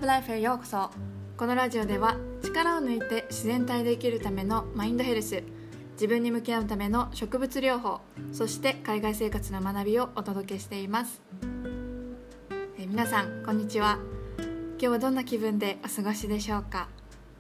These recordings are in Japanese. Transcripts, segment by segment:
ブライフへようこそ。このラジオでは力を抜いて自然体で生きるためのマインドヘルス、自分に向き合うための植物療法、そして海外生活の学びをお届けしています。皆さんこんにちは。今日はどんな気分でお過ごしでしょうか。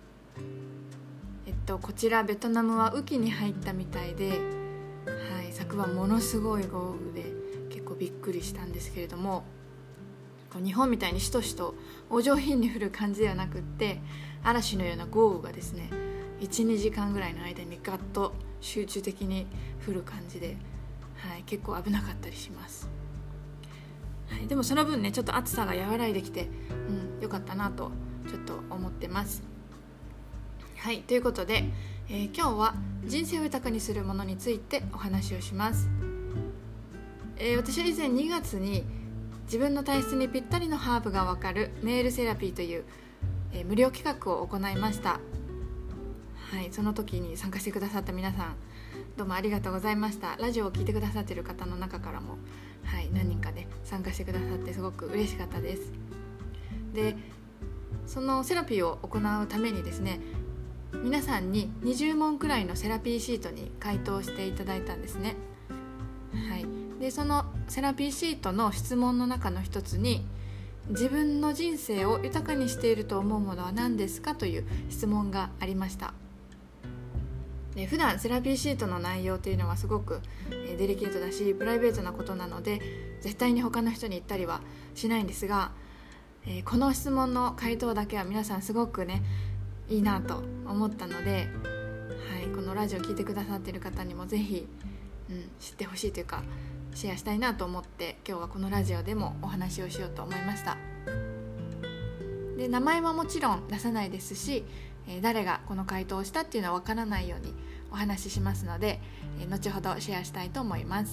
こちらベトナムは雨季に入ったみたいで、昨晩ものすごい豪雨で結構びっくりしたんですけれども、日本みたいにしとしとお上品に降る感じではなくって、嵐のような豪雨がですね 1,2 時間ぐらいの間にガッと集中的に降る感じで、結構危なかったりします。でもその分ね、ちょっと暑さが和らいできて、良かったなとちょっと思ってます。ということで、今日は人生を豊かにするものについてお話をします。私は以前2月に自分の体質にぴったりのハーブがわかるネイルセラピーという、無料企画を行いました。その時に参加してくださった皆さん、どうもありがとうございました。ラジオを聞いてくださっている方の中からも、何人かで参加してくださってすごく嬉しかったです。で、そのセラピーを行うためにですね、皆さんに20問くらいのセラピーシートに回答していただいたんですね。でそのセラピーシートの質問の中の一つに、自分の人生を豊かにしていると思うものは何ですかという質問がありました。で普段セラピーシートの内容というのはすごくデリケートだしプライベートなことなので、絶対に他の人に言ったりはしないんですが、この質問の回答だけは皆さんすごくねいいなと思ったので、このラジオを聞いてくださっている方にもぜひ、知ってほしいというかシェアしたいなと思って、今日はこのラジオでもお話をしようと思いました。で名前はもちろん出さないですし、誰がこの回答をしたっていうのは分からないようにお話ししますので、後ほどシェアしたいと思います。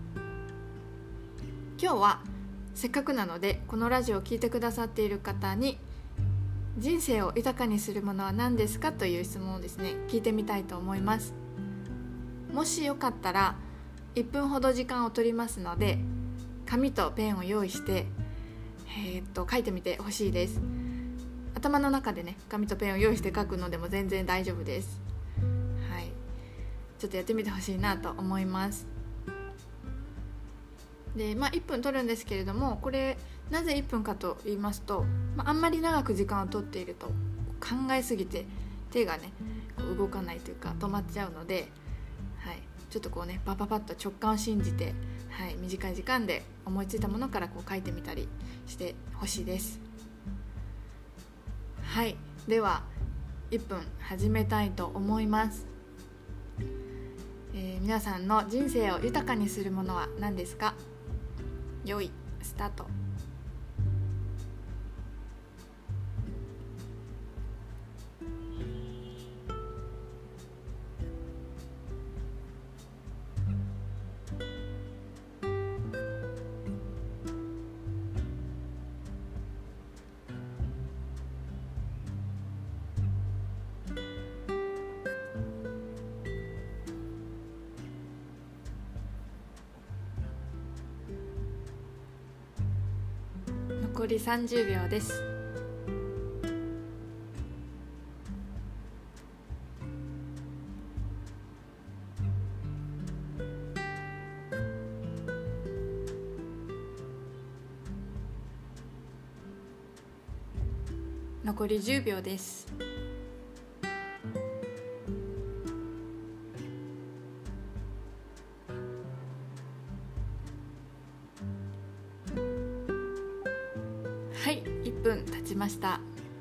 今日はせっかくなのでこのラジオを聞いてくださっている方に、人生を豊かにするものは何ですかという質問をですね聞いてみたいと思います。もしよかったら1分ほど時間を取りますので、紙とペンを用意して、書いてみてほしいです。頭の中でね紙とペンを用意して書くのでも全然大丈夫です。ちょっとやってみてほしいなと思います。で、1分取るんですけれども、これなぜ1分かと言いますと、あんまり長く時間を取っていると考えすぎて手がねこう動かないというか止まっちゃうので、ちょっとこうねパッと直感を信じて、短い時間で思いついたものからこう書いてみたりしてほしいです。では1分始めたいと思います。皆さんの人生を豊かにするものは何ですか？用意スタート。残り30秒です。残り10秒です。1分経ちました。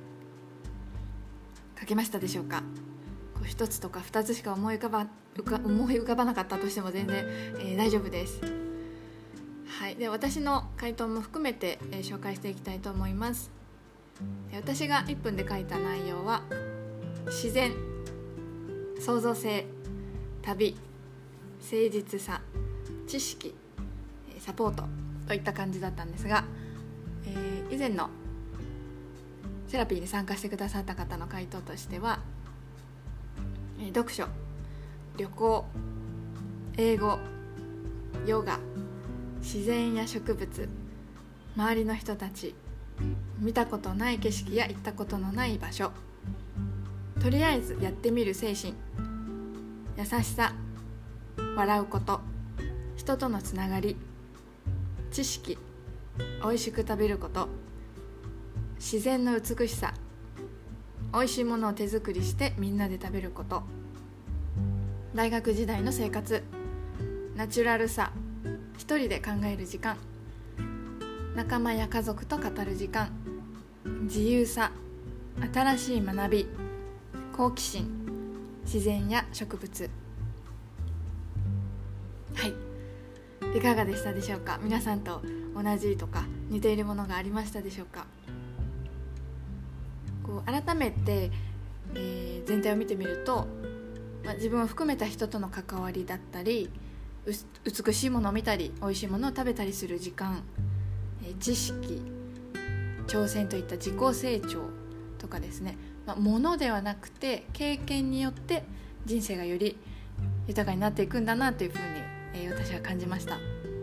書けましたでしょうか？1つとか2つしか思い浮かばなかったとしても全然、大丈夫です。で私の回答も含めて、紹介していきたいと思います。私が1分で書いた内容は、自然、創造性、旅、誠実さ、知識、サポートといった感じだったんですが、以前のセラピーに参加してくださった方の回答としては、読書、旅行、英語、ヨガ、自然や植物、周りの人たち、 見たことない景色や行ったことのない場所、とりあえずやってみる精神、優しさ、笑うこと、人とのつながり、知識、おいしく食べること、自然の美しさ、おいしいものを手作りしてみんなで食べること、大学時代の生活、ナチュラルさ、一人で考える時間、仲間や家族と語る時間、自由さ、新しい学び、好奇心、自然や植物。はい、いかがでしたでしょうか。皆さんと同じとか似ているものがありましたでしょうか。改めて、全体を見てみると、自分を含めた人との関わりだったり、美しいものを見たり美味しいものを食べたりする時間、知識、挑戦といった自己成長とかですね、ものではなくて経験によって人生がより豊かになっていくんだなというふうに、私は感じました。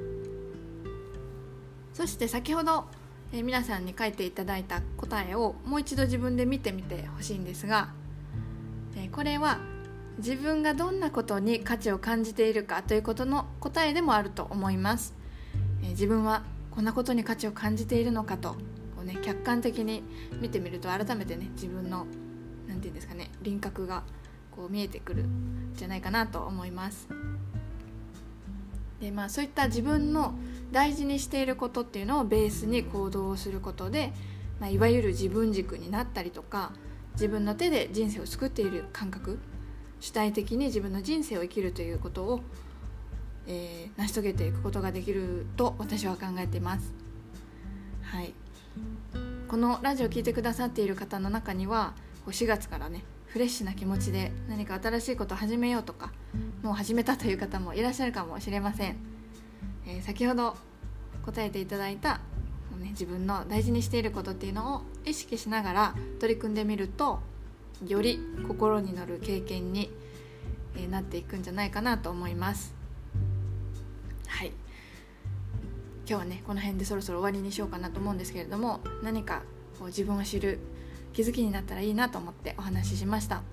そして先ほど、皆さんに書いていただいた答えをもう一度自分で見てみてほしいんですが、これは自分がどんなことに価値を感じているかということの答えでもあると思います。自分はこんなことに価値を感じているのかと客観的に見てみると、改めてね、自分のなんていうんですかね、輪郭が見えてくるんじゃないかなと思います。で、そういった自分の大事にしていることっていうのをベースに行動をすることで、いわゆる自分軸になったりとか、自分の手で人生を作っている感覚、主体的に自分の人生を生きるということを、成し遂げていくことができると私は考えています。はい、このラジオを聞いてくださっている方の中には、4月からね、フレッシュな気持ちで何か新しいことを始めようとか、もう始めたという方もいらっしゃるかもしれません。先ほど答えていただいた、自分の大事にしていることっていうのを意識しながら取り組んでみると、より心に乗る経験になっていくんじゃないかなと思います。はい、今日はね、この辺でそろそろ終わりにしようかなと思うんですけれども、何か自分を知る気づきになったらいいなと思ってお話ししました。はい、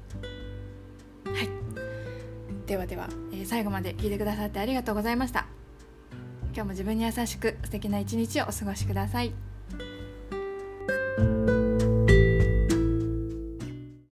ではでは、最後まで聞いてくださってありがとうございました。今日も自分に優しく素敵な一日をお過ごしください。